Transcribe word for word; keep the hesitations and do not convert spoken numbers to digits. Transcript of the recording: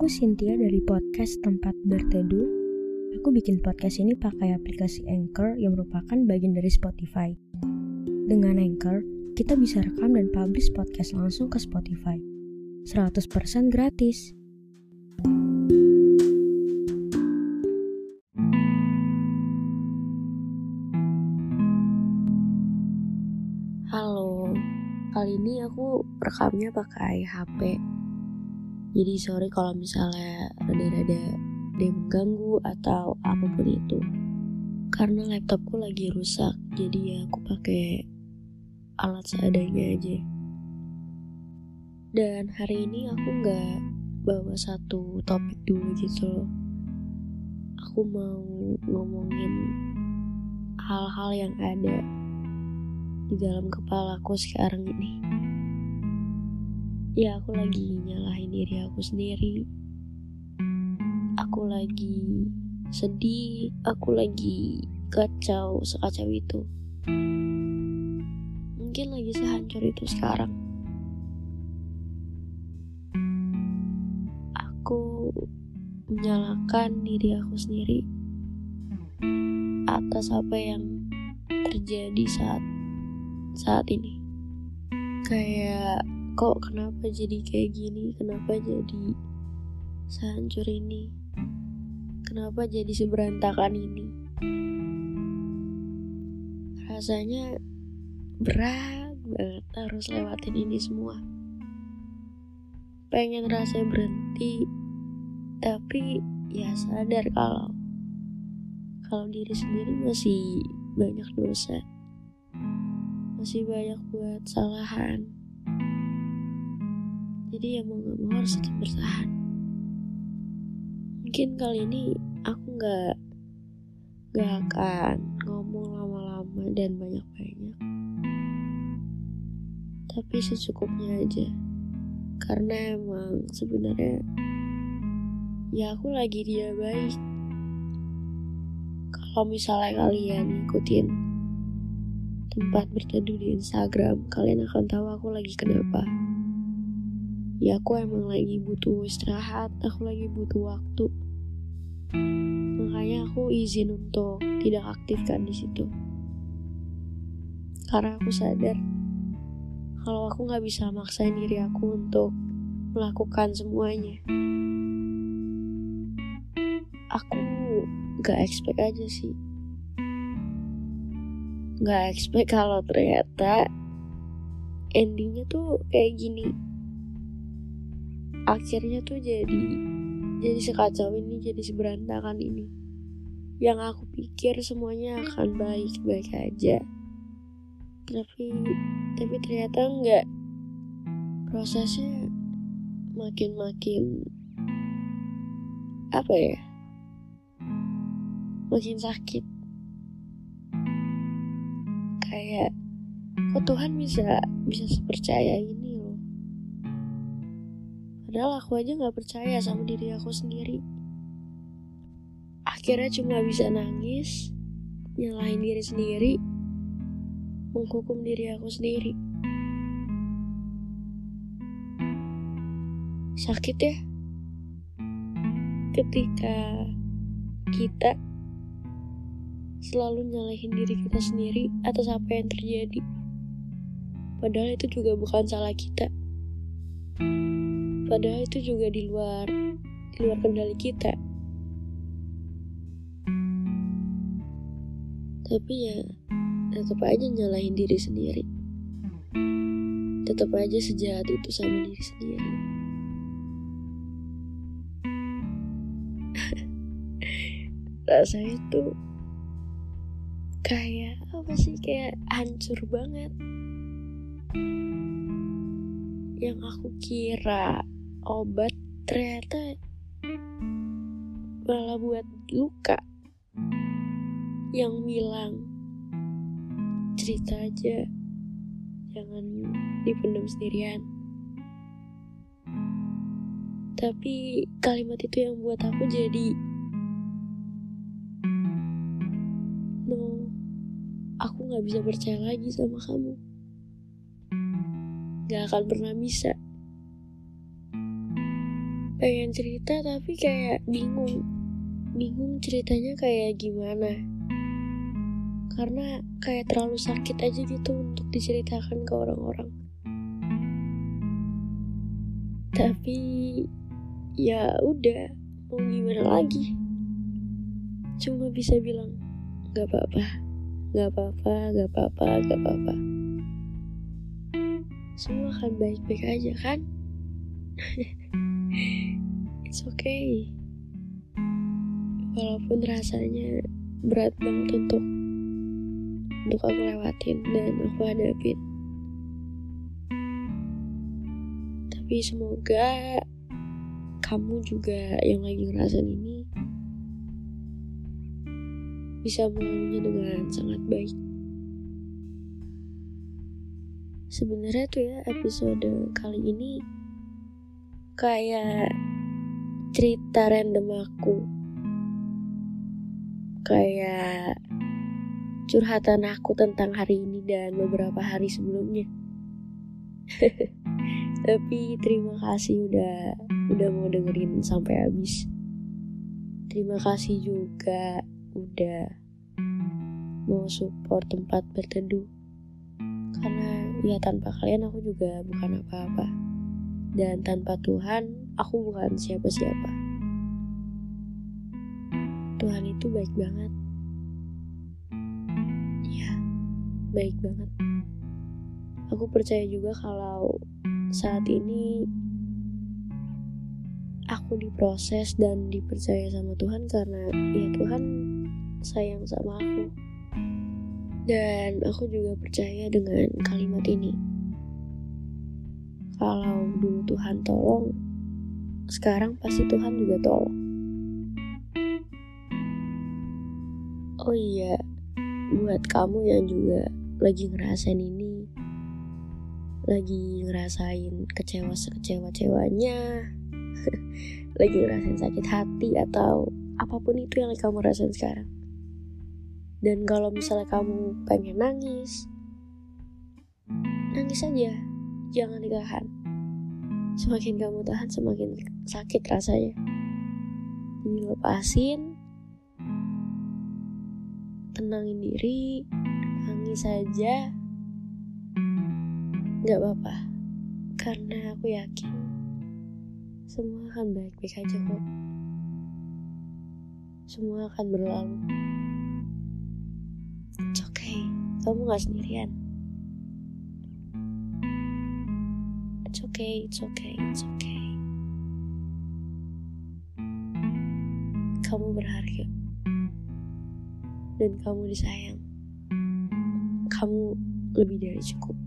Aku Cynthia dari podcast Tempat Berteduh. Aku bikin podcast ini pakai aplikasi Anchor yang merupakan bagian dari Spotify. Dengan Anchor, kita bisa rekam dan publish podcast langsung ke Spotify. seratus persen gratis. Halo, kali ini aku rekamnya pakai H P. Jadi sorry kalau misalnya rada-rada ada yang mengganggu atau apapun itu. Karena laptopku lagi rusak, jadi ya aku pakai alat seadanya aja. Dan hari ini aku nggak bawa satu topik dulu gitu loh. Aku mau ngomongin hal-hal yang ada di dalam kepalaku sekarang ini. Ya, aku lagi nyalahin diri aku sendiri. Aku lagi sedih, aku lagi kacau, sekacau itu. Mungkin lagi sehancur itu sekarang. Aku menyalahkan diri aku sendiri atas apa yang terjadi saat saat ini. Kayak kok kenapa jadi kayak gini, kenapa jadi sehancur ini, kenapa jadi seberantakan ini. Rasanya berat banget harus lewatin ini semua. Pengen rasanya berhenti, tapi ya sadar kalau kalau diri sendiri masih banyak dosa, masih banyak buat kesalahan. Jadi ya mau gak mau harus tetap bertahan. Mungkin kali ini aku gak Gak akan ngomong lama-lama dan banyak-banyak, tapi secukupnya aja. Karena emang sebenarnya ya aku lagi tidak baik. Kalau misalnya kalian ngikutin Tempat Berteduh di Instagram, kalian akan tahu aku lagi kenapa. Ya aku emang lagi butuh istirahat, aku lagi butuh waktu. Makanya aku izin untuk tidak aktifkan di situ. Karena aku sadar kalau aku nggak bisa maksain diri aku untuk melakukan semuanya. Aku nggak expect aja sih, nggak expect kalau ternyata endingnya tuh kayak gini. Akhirnya tuh jadi jadi sekacau ini, jadi seberantakan ini. Yang aku pikir semuanya akan baik-baik aja, tapi tapi ternyata enggak. Prosesnya makin-makin apa ya? Makin sakit. Kayak kok Tuhan bisa bisa sepercaya ini loh. Padahal aku aja gak percaya sama diri aku sendiri. Akhirnya cuma bisa nangis, nyalahin diri sendiri, menghukum diri aku sendiri. Sakit ya ketika kita selalu nyalahin diri kita sendiri atas apa yang terjadi. Padahal itu juga bukan salah kita. Padahal itu juga di luar di luar kendali kita. Tapi ya tetap aja nyalahin diri sendiri. Tetap aja sejahat itu sama diri sendiri. Rasanya tuh kayak apa sih, kayak hancur banget. Yang aku kira obat ternyata malah buat luka. Yang bilang cerita aja, jangan dipendam sendirian. Tapi kalimat itu yang buat aku jadi no, aku gak bisa percaya lagi sama kamu. Gak akan pernah bisa. pengen cerita tapi kayak bingung. Bingung ceritanya kayak gimana. Karena kayak terlalu sakit aja gitu untuk diceritakan ke orang-orang. Tapi ya udah, mau gimana lagi? Cuma bisa bilang gak apa-apa, gak apa-apa, gak apa-apa, gak apa-apa. Semua akan baik-baik aja kan? It's okay. Walaupun rasanya berat banget untuk untuk aku lewatin dan aku hadapin. Tapi semoga kamu juga yang lagi ngerasain ini bisa melaluinya dengan sangat baik. Sebenarnya tuh ya, episode kali ini kayak cerita random aku, kayak curhatan aku tentang hari ini dan beberapa hari sebelumnya. Tapi terima kasih udah udah mau dengerin sampai habis. Terima kasih juga udah mau support tempat berteduh. Karena ya tanpa kalian aku juga bukan apa-apa. Dan tanpa Tuhan aku bukan siapa-siapa. Tuhan itu baik banget. Ya, baik banget. Aku percaya juga kalau saat ini aku diproses dan dipercaya sama Tuhan karena ya Tuhan sayang sama aku. Dan aku juga percaya dengan kalimat ini. Kalau dulu Tuhan tolong, sekarang pasti Tuhan juga tolong. Oh iya, buat kamu yang juga lagi ngerasain ini, lagi ngerasain kecewa sekecewa-cewanya, lagi ngerasain sakit hati atau apapun itu yang kamu rasain sekarang. Dan kalau misalnya kamu pengen nangis, nangis aja, jangan ditahan. Semakin kamu tahan, semakin sakit rasanya. Jadi lepasin, tenangin diri, nangis aja, gak apa-apa. Karena aku yakin semua akan baik-baik aja kok. Semua akan berlalu. It's okay, kamu gak sendirian. It's okay, it's okay, it's okay. Kamu berharga. Dan kamu disayang. Kamu lebih dari cukup.